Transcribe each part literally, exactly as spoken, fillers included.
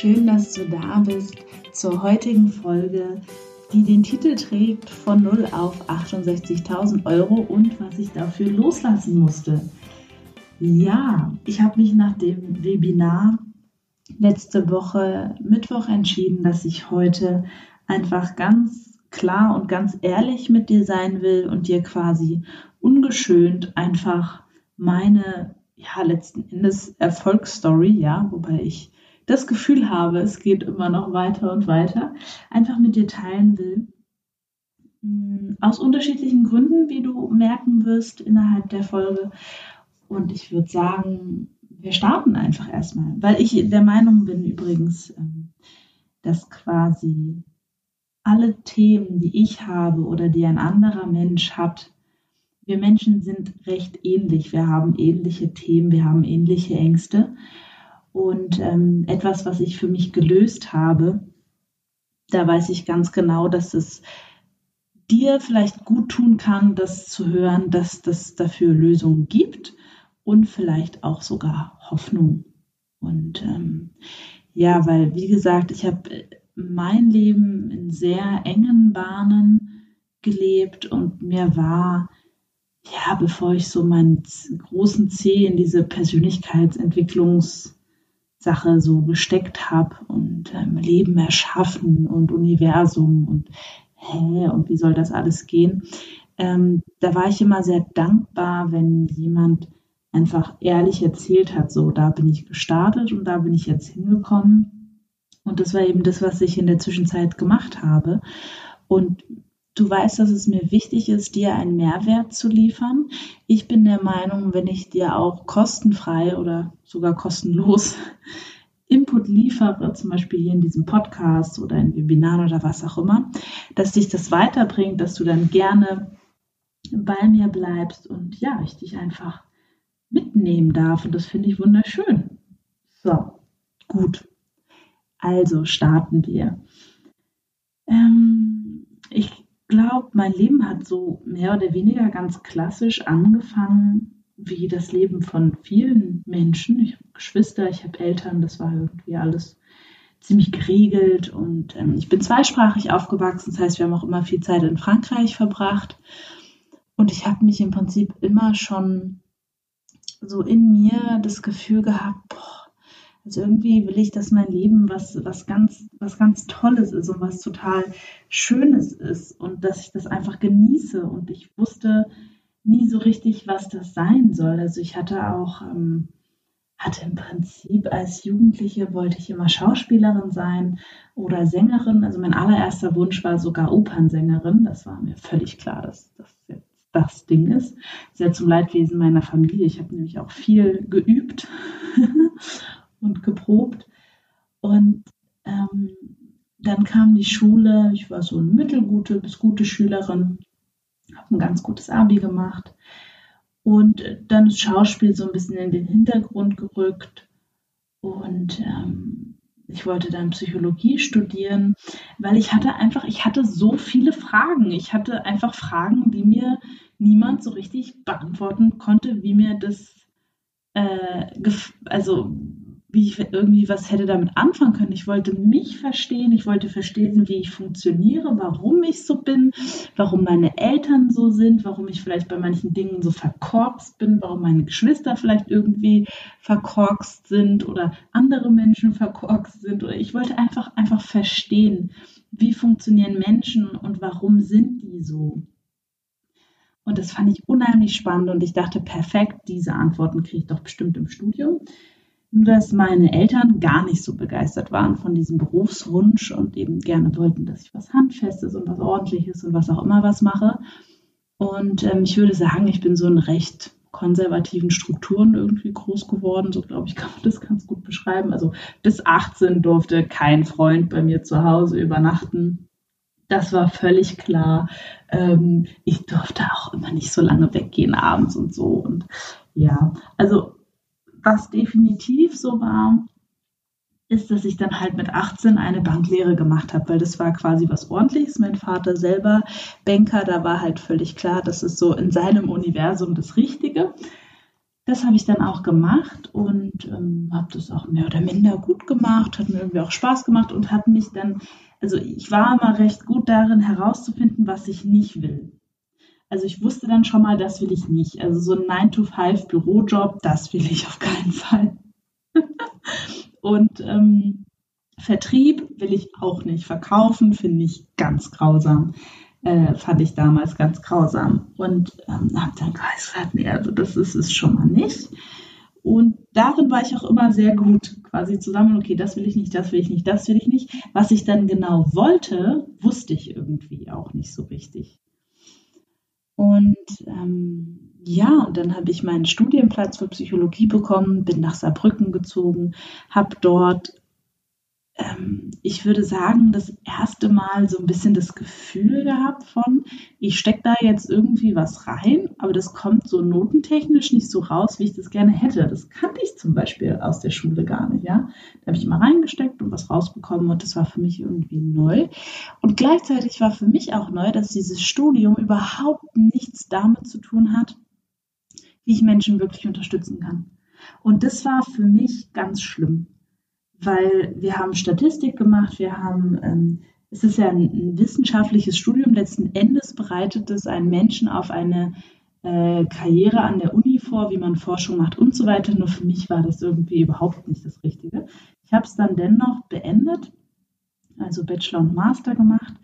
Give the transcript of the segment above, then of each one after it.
Schön, dass du da bist zur heutigen Folge, die den Titel trägt von null auf achtundsechzigtausend Euro und was ich dafür loslassen musste. Ja, ich habe mich nach dem Webinar letzte Woche Mittwoch entschieden, dass ich heute einfach ganz klar und ganz ehrlich mit dir sein will und dir quasi ungeschönt einfach meine, ja, letzten Endes Erfolgsstory, ja, wobei ich das Gefühl habe, es geht immer noch weiter und weiter, einfach mit dir teilen will. Aus unterschiedlichen Gründen, wie du merken wirst innerhalb der Folge. Und ich würde sagen, wir starten einfach erstmal, weil ich der Meinung bin übrigens, dass quasi alle Themen, die ich habe oder die ein anderer Mensch hat, wir Menschen sind recht ähnlich. Wir haben ähnliche Themen, wir haben ähnliche Ängste. Und ähm, etwas, was ich für mich gelöst habe, da weiß ich ganz genau, dass es dir vielleicht gut tun kann, das zu hören, dass es dafür Lösungen gibt und vielleicht auch sogar Hoffnung. Und ähm, ja, weil, wie gesagt, ich habe mein Leben in sehr engen Bahnen gelebt und mir war, ja, bevor ich so meinen großen Zeh in diese Persönlichkeitsentwicklungs Sache so gesteckt habe und ähm, Leben erschaffen und Universum und hä, und wie soll das alles gehen? Ähm, da war ich immer sehr dankbar, wenn jemand einfach ehrlich erzählt hat, so, da bin ich gestartet und da bin ich jetzt hingekommen. Und das war eben das, was ich in der Zwischenzeit gemacht habe. Und du weißt, dass es mir wichtig ist, dir einen Mehrwert zu liefern. Ich bin der Meinung, wenn ich dir auch kostenfrei oder sogar kostenlos Input liefere, zum Beispiel hier in diesem Podcast oder in Webinaren oder was auch immer, dass dich das weiterbringt, dass du dann gerne bei mir bleibst und ja, ich dich einfach mitnehmen darf. Und das finde ich wunderschön. So, gut. Also starten wir. Ähm, ich Ich glaube, mein Leben hat so mehr oder weniger ganz klassisch angefangen, wie das Leben von vielen Menschen. Ich habe Geschwister, ich habe Eltern, das war irgendwie alles ziemlich geregelt und ähm, ich bin zweisprachig aufgewachsen, das heißt, wir haben auch immer viel Zeit in Frankreich verbracht und ich habe mich im Prinzip immer schon so in mir das Gefühl gehabt, boah, also irgendwie will ich, dass mein Leben was, was ganz, was ganz Tolles ist und was total Schönes ist und dass ich das einfach genieße. Und ich wusste nie so richtig, was das sein soll. Also ich hatte auch, ähm, hatte im Prinzip als Jugendliche wollte ich immer Schauspielerin sein oder Sängerin. Also mein allererster Wunsch war sogar Opernsängerin. Das war mir völlig klar, dass das jetzt das Ding ist. Sehr zum Leidwesen meiner Familie. Ich habe nämlich auch viel geübt und geprobt. Und ähm, dann kam die Schule, ich war so eine mittelgute bis gute Schülerin, habe ein ganz gutes Abi gemacht. Und dann ist Schauspiel so ein bisschen in den Hintergrund gerückt. Und ähm, ich wollte dann Psychologie studieren, weil ich hatte einfach, ich hatte so viele Fragen. Ich hatte einfach Fragen, die mir niemand so richtig beantworten konnte, wie mir das, äh, gef- also wie ich irgendwie was hätte damit anfangen können. Ich wollte mich verstehen, ich wollte verstehen, wie ich funktioniere, warum ich so bin, warum meine Eltern so sind, warum ich vielleicht bei manchen Dingen so verkorkst bin, warum meine Geschwister vielleicht irgendwie verkorkst sind oder andere Menschen verkorkst sind. Oder ich wollte einfach, einfach verstehen, wie funktionieren Menschen und warum sind die so. Und das fand ich unheimlich spannend und ich dachte, perfekt, diese Antworten kriege ich doch bestimmt im Studium. Nur dass meine Eltern gar nicht so begeistert waren von diesem Berufswunsch und eben gerne wollten, dass ich was Handfestes und was Ordentliches und was auch immer was mache. Und ähm, ich würde sagen, ich bin so in recht konservativen Strukturen irgendwie groß geworden. So glaube ich, kann man das ganz gut beschreiben. Also bis achtzehn durfte kein Freund bei mir zu Hause übernachten. Das war völlig klar. Ähm, ich durfte auch immer nicht so lange weggehen abends und so. Und ja, also was definitiv so war, ist, dass ich dann halt mit achtzehn eine Banklehre gemacht habe, weil das war quasi was Ordentliches. Mein Vater selber Banker, da war halt völlig klar, das ist so in seinem Universum das Richtige. Das habe ich dann auch gemacht und ähm, habe das auch mehr oder minder gut gemacht, hat mir irgendwie auch Spaß gemacht und hat mich dann, also ich war immer recht gut darin herauszufinden, was ich nicht will. Also ich wusste dann schon mal, das will ich nicht. Also so ein nine to five Bürojob, das will ich auf keinen Fall. Und ähm, Vertrieb will ich auch nicht. Verkaufen finde ich ganz grausam. Äh, fand ich damals ganz grausam. Und ähm, habe dann gesagt, nee, also das ist es schon mal nicht. Und darin war ich auch immer sehr gut, quasi zusammen, okay, das will ich nicht, das will ich nicht, das will ich nicht. Was ich dann genau wollte, wusste ich irgendwie auch nicht so richtig. Und ähm, ja, und dann habe ich meinen Studienplatz für Psychologie bekommen, bin nach Saarbrücken gezogen, habe dort, ähm, ich würde sagen, das erste Mal so ein bisschen das Gefühl gehabt von, ich stecke da jetzt irgendwie was rein, aber das kommt so notentechnisch nicht so raus, wie ich das gerne hätte. Das kannte ich zum Beispiel aus der Schule gar nicht, ja. Da habe ich immer reingesteckt und was rausbekommen und das war für mich irgendwie neu. Und gleichzeitig war für mich auch neu, dass dieses Studium überhaupt nichts damit zu tun hat, wie ich Menschen wirklich unterstützen kann. Und das war für mich ganz schlimm, weil wir haben Statistik gemacht, wir haben, ähm, es ist ja ein, ein wissenschaftliches Studium, letzten Endes bereitet es einen Menschen auf eine äh, Karriere an der Uni vor, wie man Forschung macht und so weiter. Nur für mich war das irgendwie überhaupt nicht das Richtige. Ich habe es dann dennoch beendet, also Bachelor und Master gemacht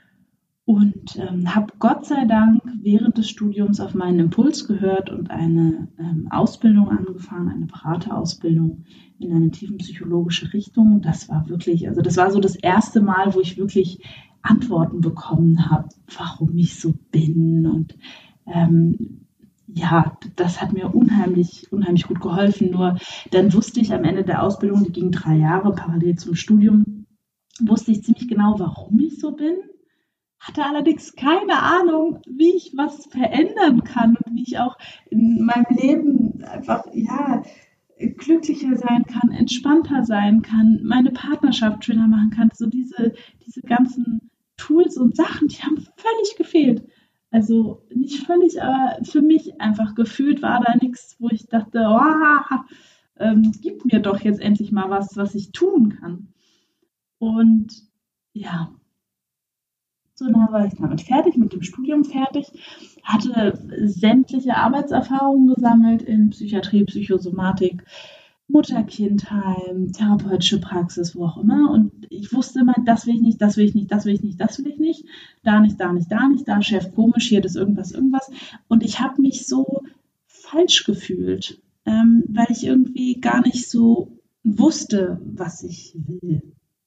und ähm, habe Gott sei Dank während des Studiums auf meinen Impuls gehört und eine ähm, Ausbildung angefangen, eine Beraterausbildung in eine tiefenpsychologische Richtung. Das war wirklich, also das war so das erste Mal, wo ich wirklich Antworten bekommen habe, warum ich so bin. Und ähm, ja, das hat mir unheimlich, unheimlich gut geholfen. Nur dann wusste ich am Ende der Ausbildung, die ging drei Jahre parallel zum Studium, wusste ich ziemlich genau, warum ich so bin, hatte allerdings keine Ahnung, wie ich was verändern kann und wie ich auch in meinem Leben einfach, ja, glücklicher sein kann, entspannter sein kann, meine Partnerschaft schöner machen kann. So diese, diese ganzen Tools und Sachen, die haben völlig gefehlt. Also nicht völlig, aber für mich einfach gefühlt war da nichts, wo ich dachte, oh, ähm, gib mir doch jetzt endlich mal was, was ich tun kann. Und ja, so, dann war ich damit fertig, mit dem Studium fertig, hatte sämtliche Arbeitserfahrungen gesammelt in Psychiatrie, Psychosomatik, Mutter-Kind-Heim, therapeutische Praxis, wo auch immer. Und ich wusste immer, das will ich nicht, das will ich nicht, das will ich nicht, das will ich nicht, da nicht, da nicht, da nicht, da Chef komisch, hier das irgendwas, irgendwas. Und ich habe mich so falsch gefühlt, ähm, weil ich irgendwie gar nicht so wusste, was ich will.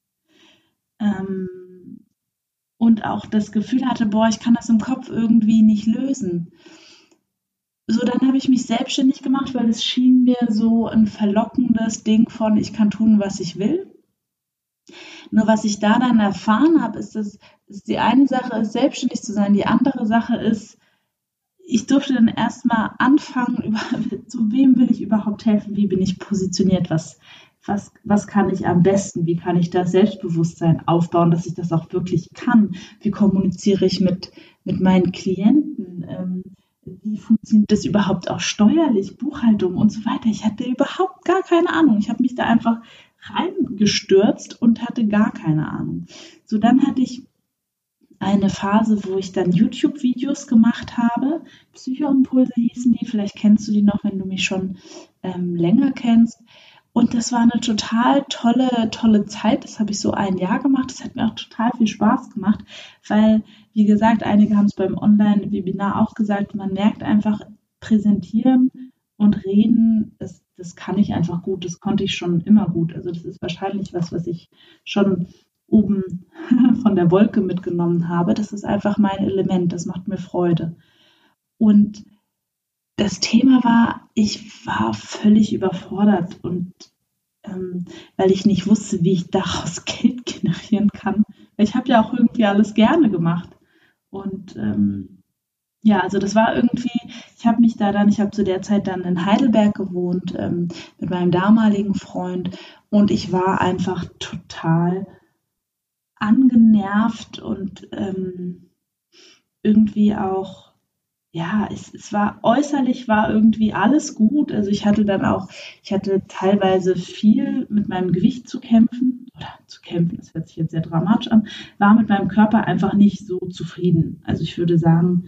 Ähm, und auch das Gefühl hatte, boah, ich kann das im Kopf irgendwie nicht lösen. So, dann habe ich mich selbstständig gemacht, weil es schien mir so ein verlockendes Ding von, ich kann tun, was ich will. Nur was ich da dann erfahren habe, ist, dass, dass die eine Sache ist, selbstständig zu sein, die andere Sache ist, ich durfte dann erstmal anfangen, über, zu wem will ich überhaupt helfen, wie bin ich positioniert, was, was, was kann ich am besten, wie kann ich das Selbstbewusstsein aufbauen, dass ich das auch wirklich kann, wie kommuniziere ich mit, mit meinen Klienten, ähm, wie funktioniert das überhaupt auch steuerlich, Buchhaltung und so weiter. Ich hatte überhaupt gar keine Ahnung. Ich habe mich da einfach reingestürzt und hatte gar keine Ahnung. So, dann hatte ich eine Phase, wo ich dann YouTube-Videos gemacht habe. Psychoimpulse hießen die. Vielleicht kennst du die noch, wenn du mich schon ähm, länger kennst. Und das war eine total tolle, tolle Zeit. Das habe ich so ein Jahr gemacht. Das hat mir auch total viel Spaß gemacht, weil, wie gesagt, einige haben es beim Online-Webinar auch gesagt, man merkt einfach, präsentieren und reden, das, das kann ich einfach gut. Das konnte ich schon immer gut. Also das ist wahrscheinlich was, was ich schon oben von der Wolke mitgenommen habe. Das ist einfach mein Element. Das macht mir Freude. Und das Thema war, ich war völlig überfordert und ähm, weil ich nicht wusste, wie ich daraus Geld generieren kann. Ich habe ja auch irgendwie alles gerne gemacht. Und ähm, ja, also das war irgendwie, ich habe mich da dann, ich habe zu der Zeit dann in Heidelberg gewohnt ähm, mit meinem damaligen Freund und ich war einfach total angenervt und ähm, irgendwie auch ja, es, es war äußerlich war irgendwie alles gut. Also ich hatte dann auch, ich hatte teilweise viel mit meinem Gewicht zu kämpfen oder zu kämpfen, das hört sich jetzt sehr dramatisch an, war mit meinem Körper einfach nicht so zufrieden. Also ich würde sagen,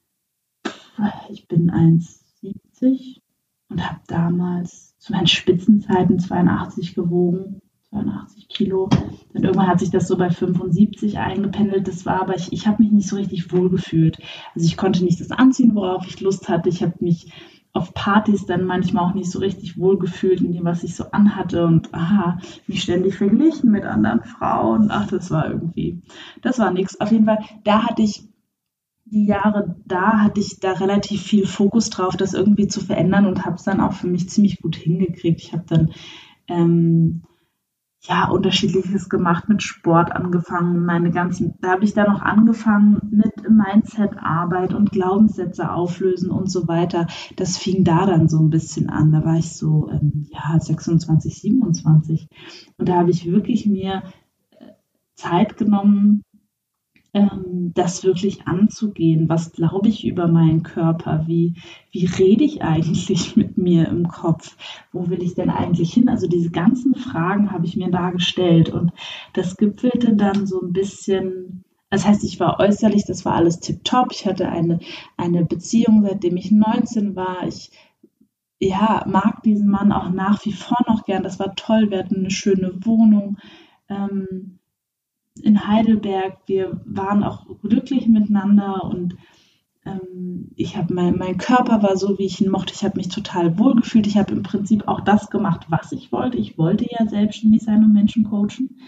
ich bin eins Komma siebzig und habe damals zu meinen Spitzenzeiten zweiundachtzig gewogen, zweiundachtzig Kilo. Dann irgendwann hat sich das so bei fünfundsiebzig eingependelt. Das war aber, ich, ich habe mich nicht so richtig wohl gefühlt. Also ich konnte nicht das anziehen, worauf ich Lust hatte. Ich habe mich auf Partys dann manchmal auch nicht so richtig wohl gefühlt in dem, was ich so anhatte und aha, mich ständig verglichen mit anderen Frauen. Ach, das war irgendwie, das war nichts. Auf jeden Fall, da hatte ich die Jahre da hatte ich da relativ viel Fokus drauf, das irgendwie zu verändern und habe es dann auch für mich ziemlich gut hingekriegt. Ich habe dann ähm, ja unterschiedliches gemacht, mit Sport angefangen, meine ganzen, da habe ich dann noch angefangen mit Mindset-Arbeit und Glaubenssätze auflösen und so weiter. Das fing da dann so ein bisschen an. Da war ich so ähm, ja sechsundzwanzig, siebenundzwanzig und da habe ich wirklich mir Zeit genommen, ähm, das wirklich anzugehen. Was glaube ich über meinen Körper? Wie, wie rede ich eigentlich mit mir im Kopf? Wo will ich denn eigentlich hin? Also diese ganzen Fragen habe ich mir da gestellt und das gipfelte dann so ein bisschen. Das heißt, ich war äußerlich, das war alles tipptopp. Ich hatte eine, eine Beziehung, seitdem ich neunzehn war. Ich ja, mag diesen Mann auch nach wie vor noch gern. Das war toll. Wir hatten eine schöne Wohnung. Ähm, in Heidelberg. Wir waren auch glücklich miteinander und ähm, ich habe mein, mein Körper war so, wie ich ihn mochte. Ich habe mich total wohl gefühlt. Ich habe im Prinzip auch das gemacht, was ich wollte. Ich wollte ja selbstständig sein und Menschen coachen.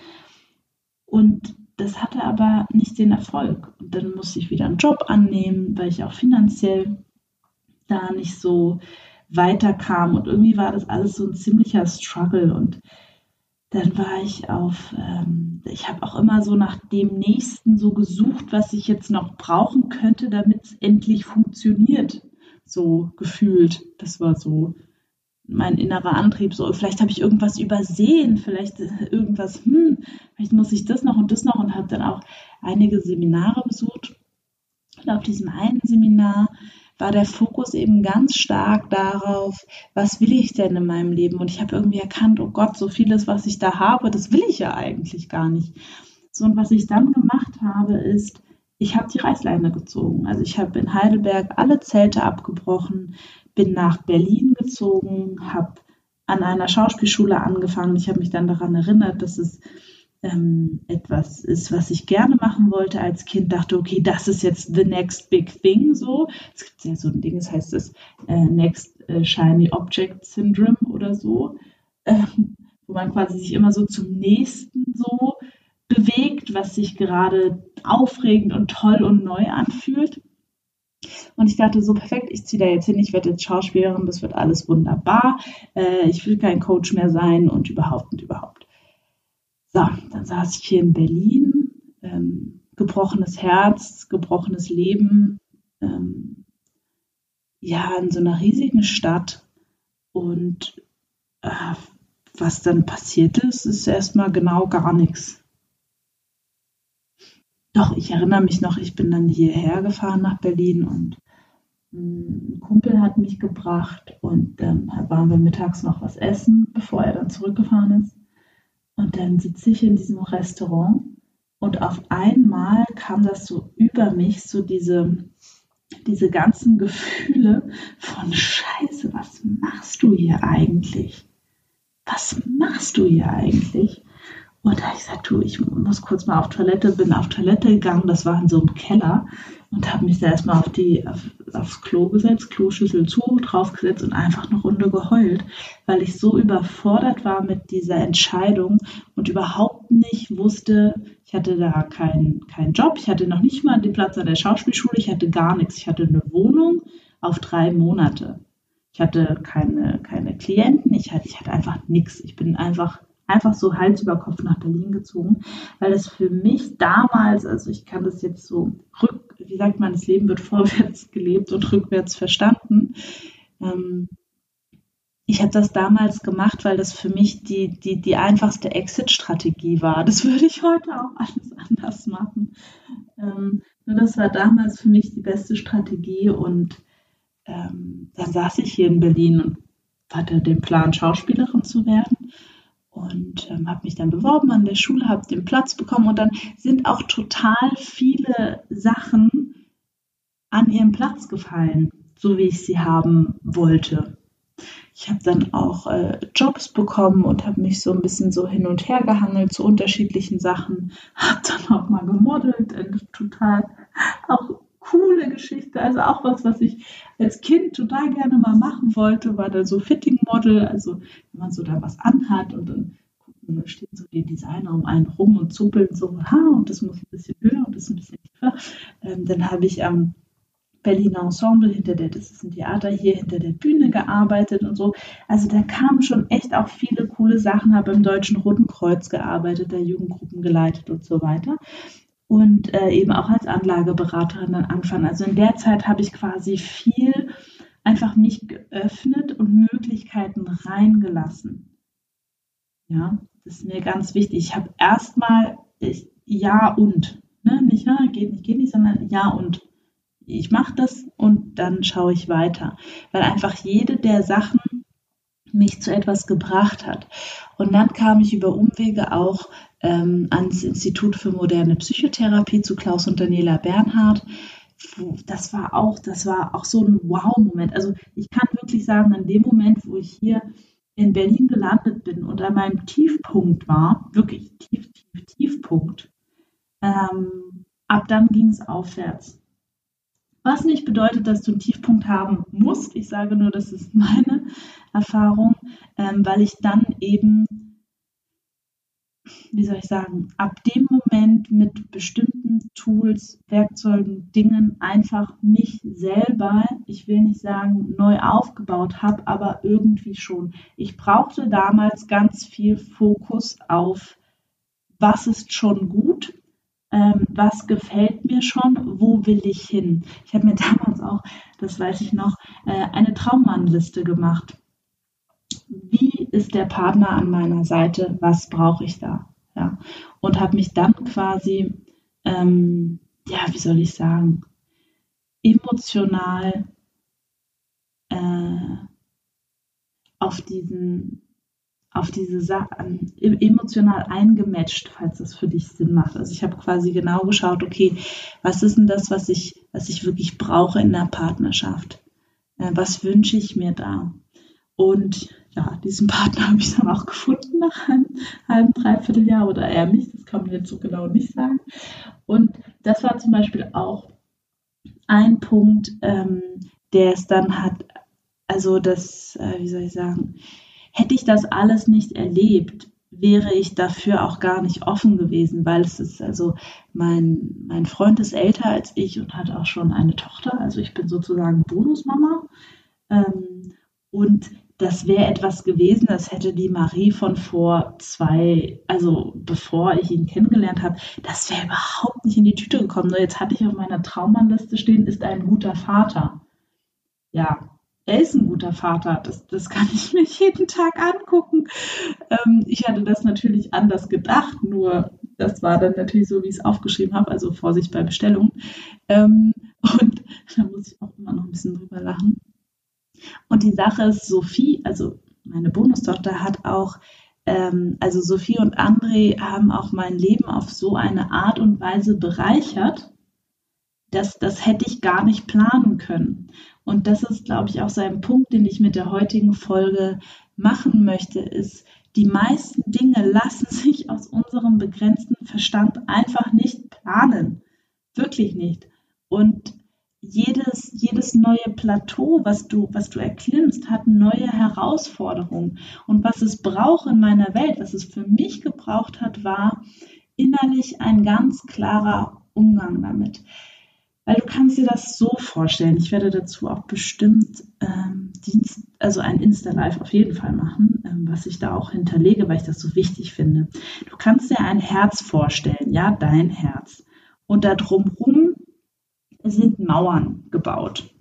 Und das hatte aber nicht den Erfolg. Und dann musste ich wieder einen Job annehmen, weil ich auch finanziell da nicht so weiterkam. Und irgendwie war das alles so ein ziemlicher Struggle. Und dann war ich auf, ähm, ich habe auch immer so nach dem Nächsten so gesucht, was ich jetzt noch brauchen könnte, damit es endlich funktioniert. So gefühlt. Das war so mein innerer Antrieb. So, vielleicht habe ich irgendwas übersehen, vielleicht äh, irgendwas, hm, vielleicht muss ich das noch und das noch und habe dann auch einige Seminare besucht. Und auf diesem einen Seminar war der Fokus eben ganz stark darauf, was will ich denn in meinem Leben? Und ich habe irgendwie erkannt, oh Gott, so vieles, was ich da habe, das will ich ja eigentlich gar nicht. So, und was ich dann gemacht habe, ist, ich habe die Reißleine gezogen. Also ich habe in Heidelberg alle Zelte abgebrochen, bin nach Berlin gezogen, habe an einer Schauspielschule angefangen. Ich habe mich dann daran erinnert, dass es ähm, etwas ist, was ich gerne machen wollte als Kind, dachte, okay, das ist jetzt the next big thing, so. Es gibt ja so ein Ding, das heißt das äh, Next äh, Shiny Object Syndrome oder so, ähm, wo man quasi sich immer so zum nächsten so bewegt, was sich gerade aufregend und toll und neu anfühlt. Und ich dachte so, perfekt, ich ziehe da jetzt hin, ich werde jetzt Schauspielerin, das wird alles wunderbar, äh, ich will kein Coach mehr sein und überhaupt und überhaupt. So, dann saß ich hier in Berlin, ähm, gebrochenes Herz, gebrochenes Leben, ähm, ja, in so einer riesigen Stadt. Und äh, was dann passiert ist, ist erstmal genau gar nichts. Doch, ich erinnere mich noch, ich bin dann hierher gefahren nach Berlin und mm, ein Kumpel hat mich gebracht und dann waren wir mittags noch was essen, bevor er dann zurückgefahren ist. Und dann sitze ich in diesem Restaurant und auf einmal kam das so über mich, so diese, diese ganzen Gefühle von Scheiße, was machst du hier eigentlich? Was machst du hier eigentlich? Und da habe ich gesagt, du, ich muss kurz mal auf Toilette, bin auf Toilette gegangen, das war in so einem Keller und habe mich da erstmal auf die, auf, aufs Klo gesetzt, Kloschüssel zu, draufgesetzt und einfach eine Runde geheult, weil ich so überfordert war mit dieser Entscheidung und überhaupt nicht wusste, ich hatte da keinen keinen Job, ich hatte noch nicht mal den Platz an der Schauspielschule, ich hatte gar nichts, ich hatte eine Wohnung auf drei Monate. Ich hatte keine, keine Klienten, ich hatte, ich hatte einfach nichts. Ich bin einfach einfach so Hals über Kopf nach Berlin gezogen, weil es für mich damals, also ich kann das jetzt so rück, wie sagt man, das Leben wird vorwärts gelebt und rückwärts verstanden. Ähm, ich habe das damals gemacht, weil das für mich die, die, die einfachste Exit-Strategie war. Das würde ich heute auch alles anders machen. Ähm, nur das war damals für mich die beste Strategie und ähm, dann saß ich hier in Berlin und hatte den Plan, Schauspielerin zu werden und ähm, habe mich dann beworben an der Schule, habe den Platz bekommen und dann sind auch total viele Sachen an ihren Platz gefallen, so wie ich sie haben wollte. Ich habe dann auch äh, Jobs bekommen und habe mich so ein bisschen so hin und her gehangelt zu unterschiedlichen Sachen. Habe dann auch mal gemodelt, eine total auch coole Geschichte. Also auch was, was ich als Kind total gerne mal machen wollte, war da so Fitting-Model. Also wenn man so da was anhat und dann gucken, da stehen so die Designer um einen rum und zuppeln so, ha, und das muss ein bisschen höher und das ein bisschen tiefer. Ähm, dann habe ich am ähm, Berliner Ensemble hinter der, das ist ein Theater hier hinter der Bühne gearbeitet und so. Also da kamen schon echt auch viele coole Sachen, habe im Deutschen Roten Kreuz gearbeitet, da Jugendgruppen geleitet und so weiter. Und äh, eben auch als Anlageberaterin dann anfangen. Also in der Zeit habe ich quasi viel einfach mich geöffnet und Möglichkeiten reingelassen. Ja, das ist mir ganz wichtig. Ich habe erstmal ja und, ne? Nicht ja, geht nicht, geht nicht, sondern ja und. Ich mache das und dann schaue ich weiter, weil einfach jede der Sachen mich zu etwas gebracht hat. Und dann kam ich über Umwege auch ähm, ans Institut für moderne Psychotherapie zu Klaus und Daniela Bernhardt. Das war auch, das war auch so ein Wow-Moment. Also ich kann wirklich sagen, an dem Moment, wo ich hier in Berlin gelandet bin und an meinem Tiefpunkt war, wirklich tief, tief, Tiefpunkt, ähm, ab dann ging es aufwärts. Was nicht bedeutet, dass du einen Tiefpunkt haben musst. Ich sage nur, das ist meine Erfahrung, ähm, weil ich dann eben, wie soll ich sagen, ab dem Moment mit bestimmten Tools, Werkzeugen, Dingen einfach mich selber, ich will nicht sagen neu aufgebaut habe, aber irgendwie schon. Ich brauchte damals ganz viel Fokus auf, was ist schon gut, ähm, was gefällt mir schon, wo will ich hin. Ich habe mir damals auch, das weiß ich noch, äh, eine Traummannliste gemacht. Wie ist der Partner an meiner Seite? Was brauche ich da? Ja. Und habe mich dann quasi, ähm, ja, wie soll ich sagen, emotional äh, auf diesen auf diese Sachen emotional eingematcht, falls das für dich Sinn macht. Also ich habe quasi genau geschaut, okay, was ist denn das, was ich, was ich wirklich brauche in der Partnerschaft? Äh, was wünsche ich mir da? Und ja, diesen Partner habe ich dann auch gefunden nach einem halben, dreiviertel Jahr oder eher nicht, das kann man jetzt so genau nicht sagen. Und das war zum Beispiel auch ein Punkt, ähm, der es dann hat, also das, äh, wie soll ich sagen, hätte ich das alles nicht erlebt, wäre ich dafür auch gar nicht offen gewesen, weil es ist also, mein, mein Freund ist älter als ich und hat auch schon eine Tochter, also ich bin sozusagen Bonusmama. Ähm, und das wäre etwas gewesen, das hätte die Marie von vor zwei, also bevor ich ihn kennengelernt habe, das wäre überhaupt nicht in die Tüte gekommen. Nur jetzt hatte ich auf meiner Traummannliste stehen, ist ein guter Vater. Ja, er ist ein guter Vater, das, das kann ich mir jeden Tag angucken. Ähm, ich hatte das natürlich anders gedacht, nur das war dann natürlich so, wie ich es aufgeschrieben habe, also Vorsicht bei Bestellung. Ähm, und da muss ich auch immer noch ein bisschen drüber lachen. Und die Sache ist, Sophie, also meine Bonustochter, hat auch, ähm, also Sophie und André haben auch mein Leben auf so eine Art und Weise bereichert, das, das hätte ich gar nicht planen können. Und das ist, glaube ich, auch so ein Punkt, den ich mit der heutigen Folge machen möchte, ist, die meisten Dinge lassen sich aus unserem begrenzten Verstand einfach nicht planen. Wirklich nicht. Und jedes, jedes neue Plateau, was du, was du erklimmst, hat neue Herausforderungen. Und was es braucht in meiner Welt, was es für mich gebraucht hat, war innerlich ein ganz klarer Umgang damit. Weil du kannst dir das so vorstellen, ich werde dazu auch bestimmt ähm, Dienst, also ein Insta-Live auf jeden Fall machen, ähm, was ich da auch hinterlege, weil ich das so wichtig finde. Du kannst dir ein Herz vorstellen, ja, dein Herz. Und da drumherum sind Mauern gebaut.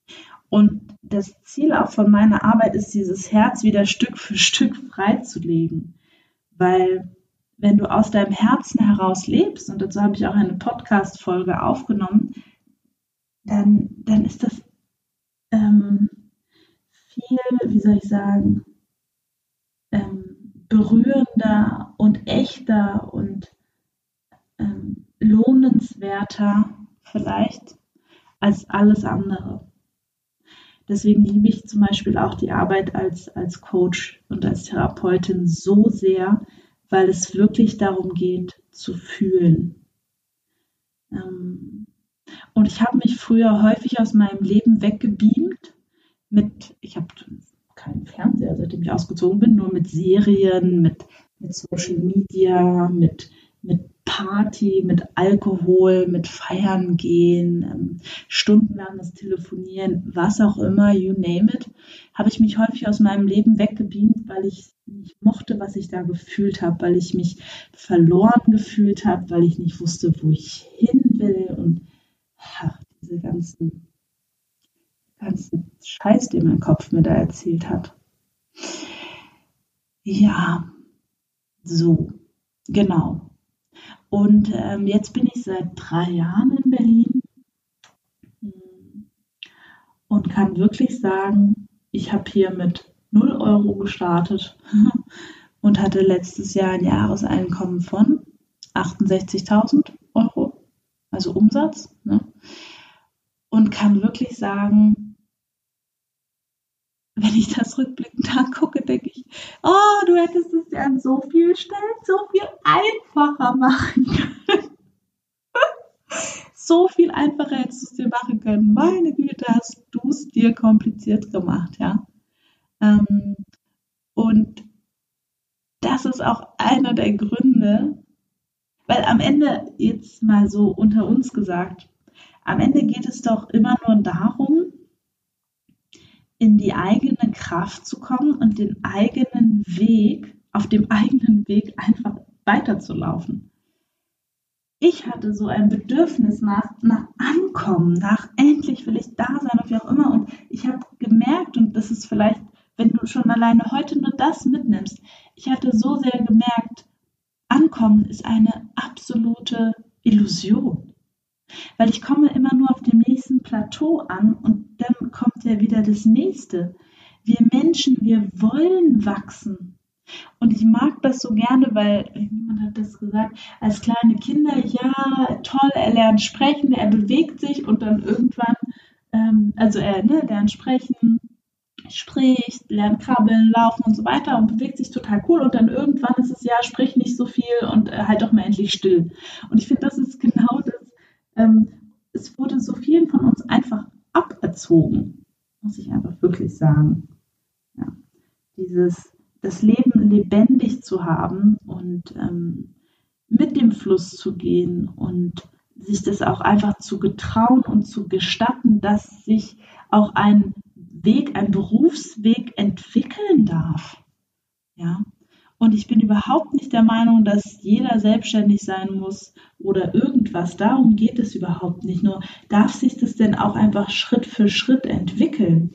Und das Ziel auch von meiner Arbeit ist, dieses Herz wieder Stück für Stück freizulegen. Weil wenn du aus deinem Herzen heraus lebst, und dazu habe ich auch eine Podcast-Folge aufgenommen, dann, dann ist das ähm, viel, wie soll ich sagen, ähm, berührender und echter und ähm, lohnenswerter vielleicht als alles andere. Deswegen liebe ich zum Beispiel auch die Arbeit als, als Coach und als Therapeutin so sehr, weil es wirklich darum geht, zu fühlen. Ähm, und ich habe mich früher häufig aus meinem Leben weggebeamt mit, ich habe keinen Fernseher, seitdem ich ausgezogen bin, nur mit Serien, mit, mit Social Media, mit, mit Party, mit Alkohol, mit Feiern gehen, ähm, stundenlanges Telefonieren, was auch immer, you name it, habe ich mich häufig aus meinem Leben weggebeamt, weil ich nicht mochte, was ich da gefühlt habe, weil ich mich verloren gefühlt habe, weil ich nicht wusste, wo ich hin will und ach, diese ganzen, ganzen Scheiß, den mein Kopf mir da erzählt hat. Ja, so, genau. Und ähm, jetzt bin ich seit drei Jahren in Berlin und kann wirklich sagen, ich habe hier mit null Euro gestartet und hatte letztes Jahr ein Jahreseinkommen von achtundsechzigtausend Euro, also Umsatz. Ne? Und kann wirklich sagen, wenn ich das rückblickend angucke, denke ich, oh, du hättest es ja an so vielen Stellen so viel einfacher machen können. So viel einfacher hättest du es dir machen können. Meine Güte, hast du es dir kompliziert gemacht, ja. Ähm, und das ist auch einer der Gründe, weil am Ende, jetzt mal so unter uns gesagt, am Ende geht es doch immer nur darum, in die eigene Kraft zu kommen und den eigenen Weg, auf dem eigenen Weg einfach weiterzulaufen. Ich hatte so ein Bedürfnis nach, nach Ankommen, nach endlich will ich da sein und wie auch immer. Und ich habe gemerkt, und das ist vielleicht, wenn du schon alleine heute nur das mitnimmst, ich hatte so sehr gemerkt, Ankommen ist eine absolute Illusion. Weil ich komme immer nur auf dem nächsten Plateau an und dann kommt ja wieder das nächste. Wir Menschen, wir wollen wachsen. Und ich mag das so gerne, weil jemand hat das gesagt, als kleine Kinder, ja, toll, er lernt sprechen, er bewegt sich und dann irgendwann, ähm, also er ne, lernt sprechen, spricht, lernt krabbeln, laufen und so weiter und bewegt sich total cool und dann irgendwann ist es ja, sprich nicht so viel und äh, halt doch mal endlich still. Und ich finde, das ist genau das, ähm, es wurde so vielen von uns einfach aberzogen, muss ich einfach wirklich sagen. Ja. Dieses, das Leben lebendig zu haben und ähm, mit dem Fluss zu gehen und sich das auch einfach zu getrauen und zu gestatten, dass sich auch ein Weg, ein Berufsweg entwickeln darf. Ja. Und ich bin überhaupt nicht der Meinung, dass jeder selbstständig sein muss oder irgendwas. Darum geht es überhaupt nicht. Nur darf sich das denn auch einfach Schritt für Schritt entwickeln.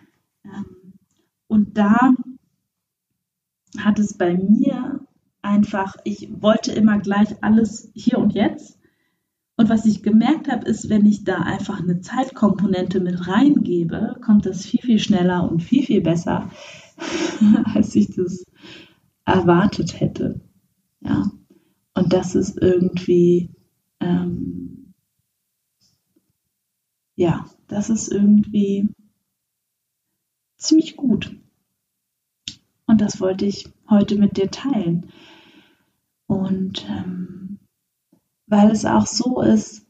Und da hat es bei mir einfach, ich wollte immer gleich alles hier und jetzt. Und was ich gemerkt habe, ist, wenn ich da einfach eine Zeitkomponente mit reingebe, kommt das viel, viel schneller und viel, viel besser, als ich das erwartet hätte. Ja. Und das ist irgendwie, ähm, ja, das ist irgendwie ziemlich gut. Und das wollte ich heute mit dir teilen. Und ähm, weil es auch so ist,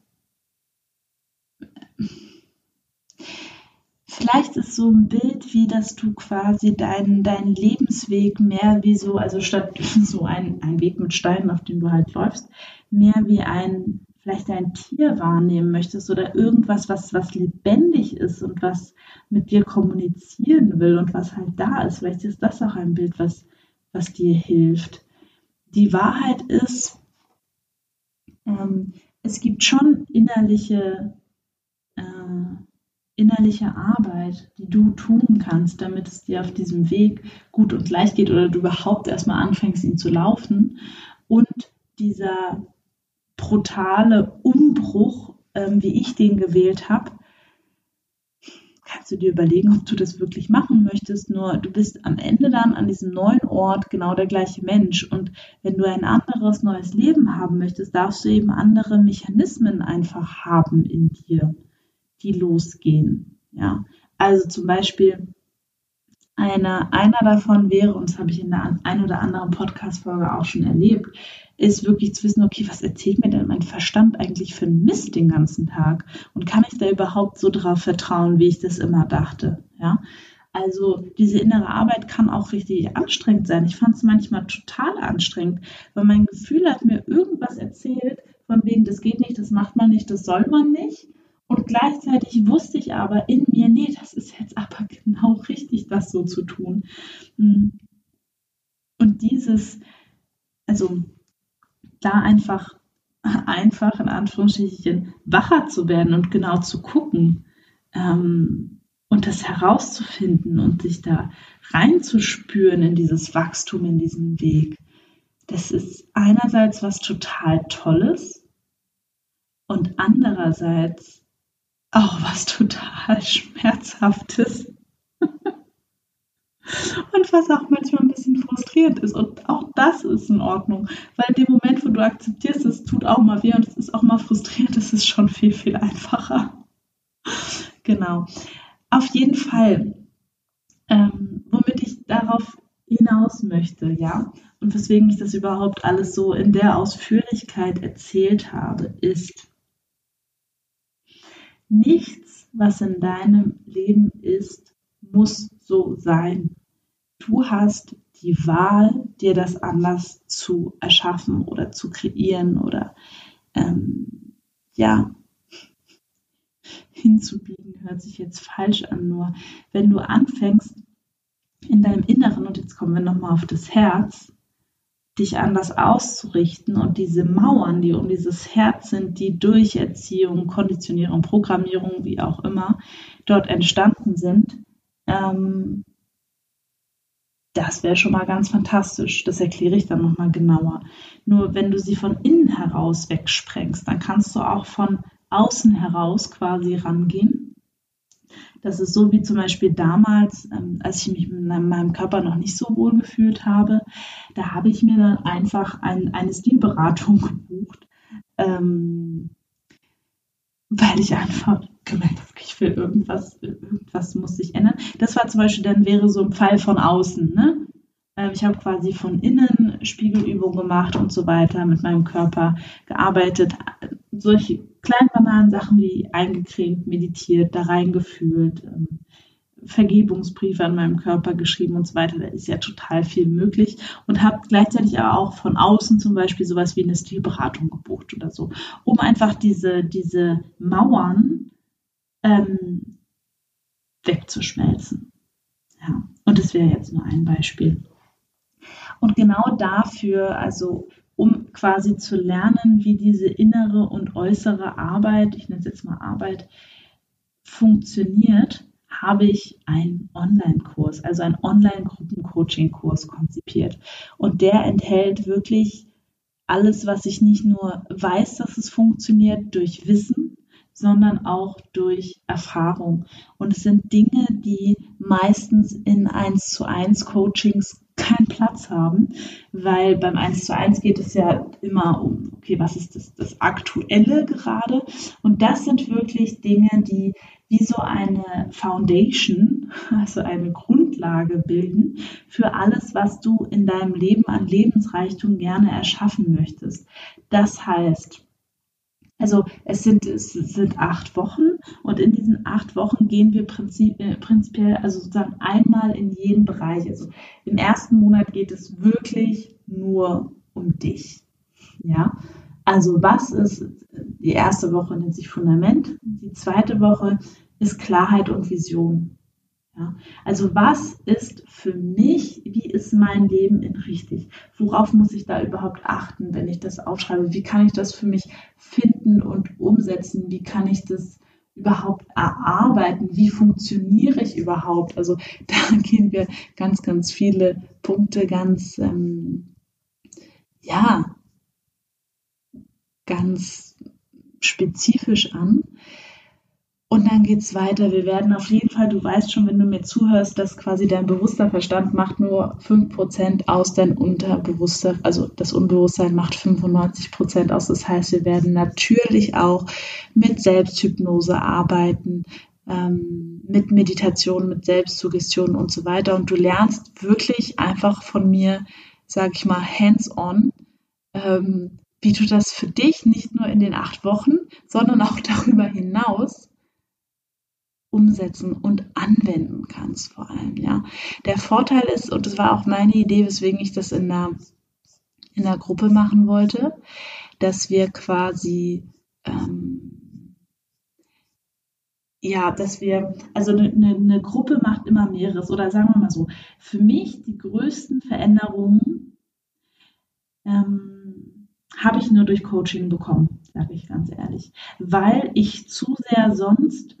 vielleicht ist so ein Bild, wie dass du quasi deinen, deinen Lebensweg mehr wie so, also statt so ein, ein Weg mit Steinen, auf dem du halt läufst, mehr wie ein, vielleicht ein Tier wahrnehmen möchtest oder irgendwas, was, was lebendig ist und was mit dir kommunizieren will und was halt da ist. Vielleicht ist das auch ein Bild, was, was dir hilft. Die Wahrheit ist, ähm, es gibt schon innerliche äh, innerliche Arbeit, die du tun kannst, damit es dir auf diesem Weg gut und leicht geht oder du überhaupt erstmal anfängst, ihn zu laufen. und dieser brutale Umbruch, ähm, wie ich den gewählt habe, kannst du dir überlegen, ob du das wirklich machen möchtest. Nur du bist am Ende dann an diesem neuen Ort genau der gleiche Mensch. Und wenn du ein anderes, neues Leben haben möchtest, darfst du eben andere Mechanismen einfach haben in dir, die losgehen. Ja, also zum Beispiel Einer, einer davon wäre, und das habe ich in der ein oder anderen Podcast-Folge auch schon erlebt, ist wirklich zu wissen, okay, was erzählt mir denn mein Verstand eigentlich für einen Mist den ganzen Tag? Und kann ich da überhaupt so drauf vertrauen, wie ich das immer dachte? Ja, also diese innere Arbeit kann auch richtig anstrengend sein. Ich fand es manchmal total anstrengend, weil mein Gefühl hat mir irgendwas erzählt, von wegen, das geht nicht, das macht man nicht, das soll man nicht. Und gleichzeitig wusste ich aber in mir, nee, das ist jetzt aber genau richtig, das so zu tun. Und dieses, also da einfach, einfach in Anführungsstrichen wacher zu werden und genau zu gucken ähm, und das herauszufinden und sich da reinzuspüren in dieses Wachstum, in diesen Weg, das ist einerseits was total Tolles und andererseits auch was total Schmerzhaftes und was auch manchmal ein bisschen frustrierend ist. Und auch das ist in Ordnung, weil in dem Moment, wo du akzeptierst, es tut auch mal weh und es ist auch mal frustrierend, ist es schon viel, viel einfacher. Genau. Auf jeden Fall, ähm, womit ich darauf hinaus möchte, ja, und weswegen ich das überhaupt alles so in der Ausführlichkeit erzählt habe, ist, nichts, was in deinem Leben ist, muss so sein. Du hast die Wahl, dir das anders zu erschaffen oder zu kreieren oder ähm, ja, hinzubiegen, hört sich jetzt falsch an, nur wenn du anfängst in deinem Inneren, und jetzt kommen wir nochmal auf das Herz, dich anders auszurichten und diese Mauern, die um dieses Herz sind, die durch Erziehung, Konditionierung, Programmierung, wie auch immer, dort entstanden sind, ähm, das wäre schon mal ganz fantastisch. Das erkläre ich dann nochmal genauer. Nur wenn du sie von innen heraus wegsprengst, dann kannst du auch von außen heraus quasi rangehen. Das ist so wie zum Beispiel damals, ähm, als ich mich mit meinem Körper noch nicht so wohl gefühlt habe. Da habe ich mir dann einfach ein, eine Stilberatung gebucht, ähm, weil ich einfach gemerkt habe, ich will irgendwas, irgendwas muss sich ändern. Das war zum Beispiel, dann wäre so ein Pfeil von außen, ne? Ich habe quasi von innen Spiegelübungen gemacht und so weiter, mit meinem Körper gearbeitet. Solche kleinen banalen Sachen wie eingecremt, meditiert, da reingefühlt, ähm, Vergebungsbriefe an meinem Körper geschrieben und so weiter. Da ist ja total viel möglich. Und habe gleichzeitig aber auch von außen zum Beispiel sowas wie eine Stilberatung gebucht oder so, um einfach diese, diese Mauern ähm, wegzuschmelzen. Ja, und das wäre jetzt nur ein Beispiel. Und genau dafür, also um quasi zu lernen, wie diese innere und äußere Arbeit, ich nenne es jetzt mal Arbeit, funktioniert, habe ich einen Online-Kurs, also einen Online-Gruppen-Coaching-Kurs konzipiert. Und der enthält wirklich alles, was ich nicht nur weiß, dass es funktioniert durch Wissen, sondern auch durch Erfahrung. Und es sind Dinge, die meistens in eins zu eins Coachings keinen Platz haben, weil beim eins zu eins geht es ja immer um, okay, was ist das, das Aktuelle gerade? Und das sind wirklich Dinge, die wie so eine Foundation, also eine Grundlage bilden für alles, was du in deinem Leben an Lebensreichtum gerne erschaffen möchtest. Das heißt, also es sind, es sind acht Wochen und in diesen acht Wochen gehen wir prinzip, äh, prinzipiell also sozusagen einmal in jeden Bereich. Also im ersten Monat geht es wirklich nur um dich. Ja, also was ist, die erste Woche nennt sich Fundament, die zweite Woche ist Klarheit und Vision. Ja, also was ist für mich, wie ist mein Leben in richtig? Worauf muss ich da überhaupt achten, wenn ich das aufschreibe? Wie kann ich das für mich finden und umsetzen? Wie kann ich das überhaupt erarbeiten? Wie funktioniere ich überhaupt? Also da gehen wir ganz, ganz viele Punkte ganz, ähm, ja, ganz spezifisch an. Und dann geht's weiter. Wir werden auf jeden Fall, du weißt schon, wenn du mir zuhörst, dass quasi dein bewusster Verstand macht nur fünf Prozent aus, dein Unterbewusster, also das Unbewusstsein macht fünfundneunzig Prozent aus. Das heißt, wir werden natürlich auch mit Selbsthypnose arbeiten, ähm, mit Meditation, mit Selbstsuggestion und so weiter. Und du lernst wirklich einfach von mir, sage ich mal, hands-on, ähm, wie du das für dich nicht nur in den acht Wochen, sondern auch darüber hinaus umsetzen und anwenden kannst vor allem, ja. Der Vorteil ist, und das war auch meine Idee, weswegen ich das in der, in der Gruppe machen wollte, dass wir quasi, ähm, ja, dass wir, also eine, eine Gruppe macht immer mehreres, oder sagen wir mal so, für mich die größten Veränderungen ähm, habe ich nur durch Coaching bekommen, sage ich ganz ehrlich, weil ich zu sehr sonst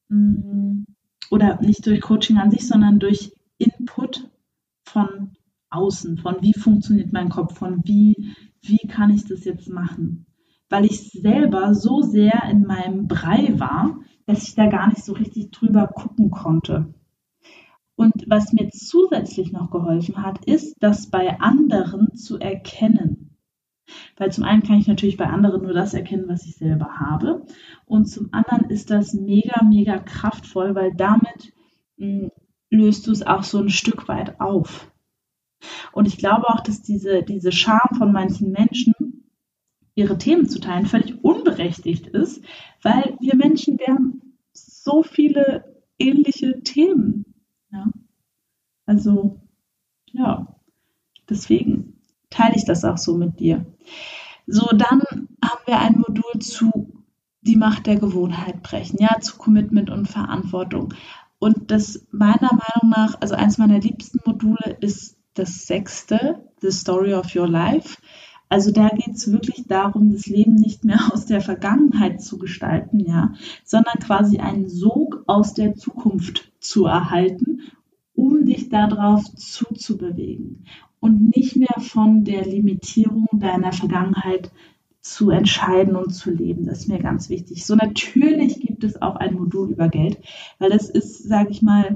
oder nicht durch Coaching an sich, sondern durch Input von außen, von wie funktioniert mein Kopf, von wie, wie kann ich das jetzt machen. Weil ich selber so sehr in meinem Brei war, dass ich da gar nicht so richtig drüber gucken konnte. Und was mir zusätzlich noch geholfen hat, ist, das bei anderen zu erkennen. Weil zum einen kann ich natürlich bei anderen nur das erkennen, was ich selber habe. Und zum anderen ist das mega, mega kraftvoll, weil damit mh, löst du es auch so ein Stück weit auf. Und ich glaube auch, dass diese, diese Scham von manchen Menschen, ihre Themen zu teilen, völlig unberechtigt ist, weil wir Menschen, wir haben so viele ähnliche Themen. Ja? Also, ja, deswegen teile ich das auch so mit dir. So, dann haben wir ein Modul zu die Macht der Gewohnheit brechen, ja, zu Commitment und Verantwortung. Und das meiner Meinung nach, also eins meiner liebsten Module ist das sechste, The Story of Your Life. Also da geht es wirklich darum, das Leben nicht mehr aus der Vergangenheit zu gestalten, ja, sondern quasi einen Sog aus der Zukunft zu erhalten, um dich darauf zuzubewegen und nicht mehr von der Limitierung deiner Vergangenheit zu entscheiden und zu leben. Das ist mir ganz wichtig. So, natürlich gibt es auch ein Modul über Geld, weil das ist, sage ich mal,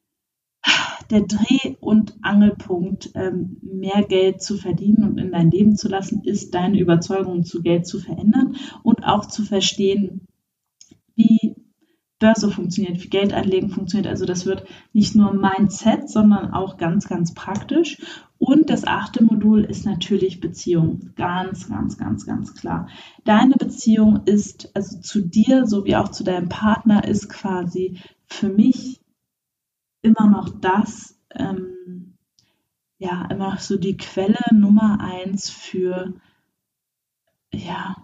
der Dreh- und Angelpunkt, ähm, mehr Geld zu verdienen und in dein Leben zu lassen, ist deine Überzeugung zu Geld zu verändern und auch zu verstehen, wie Börse funktioniert, wie Geldanlegen funktioniert. Also das wird nicht nur Mindset, sondern auch ganz, ganz praktisch. Und das achte Modul ist natürlich Beziehung. Ganz, ganz, ganz, ganz klar. Deine Beziehung ist, also zu dir sowie auch zu deinem Partner, ist quasi für mich immer noch das, ähm, ja, immer so die Quelle Nummer eins für, ja,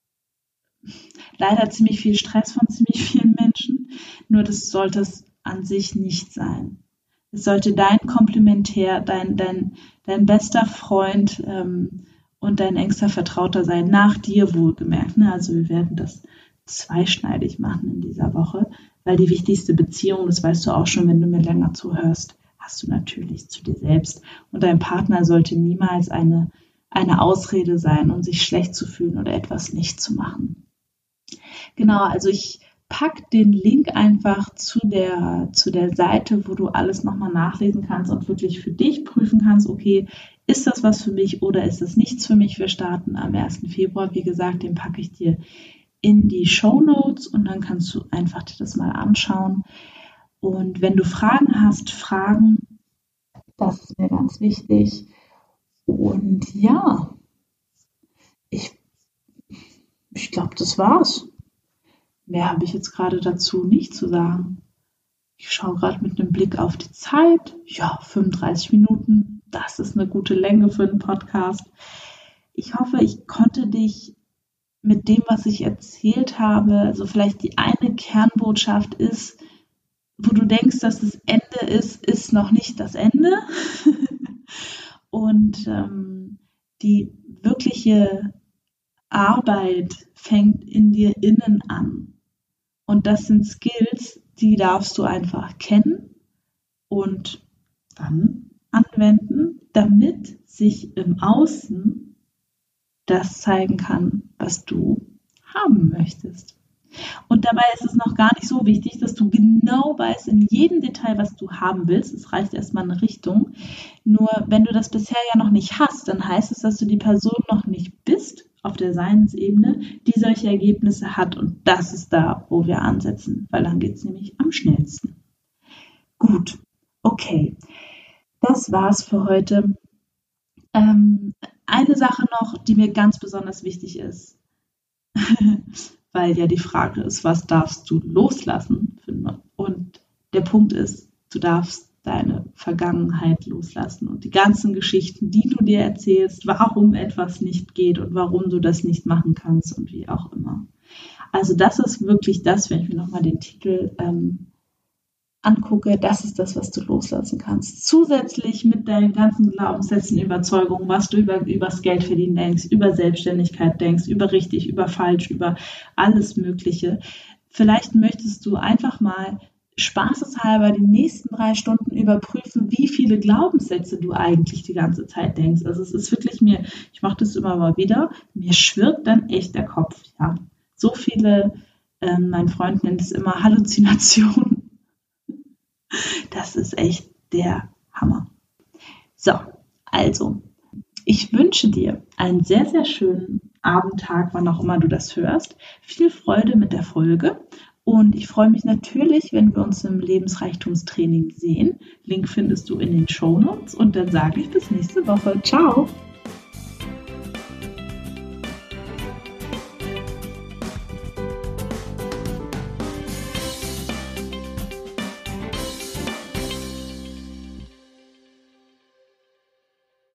leider ziemlich viel Stress von ziemlich vielen Menschen. Nur das sollte es an sich nicht sein. Es sollte dein Komplementär, dein, dein, dein bester Freund ähm, und dein engster Vertrauter sein, nach dir wohlgemerkt. Ne? Also wir werden das zweischneidig machen in dieser Woche, weil die wichtigste Beziehung, das weißt du auch schon, wenn du mir länger zuhörst, hast du natürlich zu dir selbst. Und dein Partner sollte niemals eine, eine Ausrede sein, um sich schlecht zu fühlen oder etwas nicht zu machen. Genau, also ich pack den Link einfach zu der, zu der Seite, wo du alles nochmal nachlesen kannst und wirklich für dich prüfen kannst, okay, ist das was für mich oder ist das nichts für mich? Wir starten am ersten Februar, wie gesagt, den packe ich dir in die Shownotes und dann kannst du einfach dir das mal anschauen. Und wenn du Fragen hast, Fragen, das ist mir ganz wichtig. Und ja, ich, ich glaube, das war's. Mehr habe ich jetzt gerade dazu nicht zu sagen. Ich schaue gerade mit einem Blick auf die Zeit. Ja, fünfunddreißig Minuten. Das ist eine gute Länge für einen Podcast. Ich hoffe, ich konnte dich mit dem, was ich erzählt habe, also vielleicht die eine Kernbotschaft ist, wo du denkst, dass das Ende ist, ist noch nicht das Ende. Und ähm, die wirkliche Arbeit fängt in dir innen an. Und das sind Skills, die darfst du einfach kennen und dann anwenden, damit sich im Außen das zeigen kann, was du haben möchtest. Und dabei ist es noch gar nicht so wichtig, dass du genau weißt in jedem Detail, was du haben willst. Es reicht erstmal eine Richtung. Nur wenn du das bisher ja noch nicht hast, dann heißt es, dass du die Person noch nicht bist auf der Seinsebene, die solche Ergebnisse hat. Und das ist da, wo wir ansetzen, weil dann geht es nämlich am schnellsten. Gut, okay. Das war's für heute. Ähm, eine Sache noch, die mir ganz besonders wichtig ist. Weil ja die Frage ist, was darfst du loslassen? Und der Punkt ist, du darfst deine Vergangenheit loslassen und die ganzen Geschichten, die du dir erzählst, warum etwas nicht geht und warum du das nicht machen kannst und wie auch immer. Also das ist wirklich das, wenn ich mir nochmal den Titel ähm, angucke, das ist das, was du loslassen kannst. Zusätzlich mit deinen ganzen Glaubenssätzen, Überzeugungen, was du über übers Geld verdienen denkst, über Selbstständigkeit denkst, über richtig, über falsch, über alles Mögliche. Vielleicht möchtest du einfach mal spaßeshalber die nächsten drei Stunden überprüfen, wie viele Glaubenssätze du eigentlich die ganze Zeit denkst. Also es ist wirklich mir, ich mache das immer mal wieder, mir schwirrt dann echt der Kopf. Ja, so viele, äh, mein Freund nennt es immer Halluzinationen. Das ist echt der Hammer. So, also, ich wünsche dir einen sehr, sehr schönen Abend, Tag, wann auch immer du das hörst. Viel Freude mit der Folge und ich freue mich natürlich, wenn wir uns im Lebensreichtumstraining sehen. Link findest du in den Shownotes und dann sage ich bis nächste Woche. Ciao!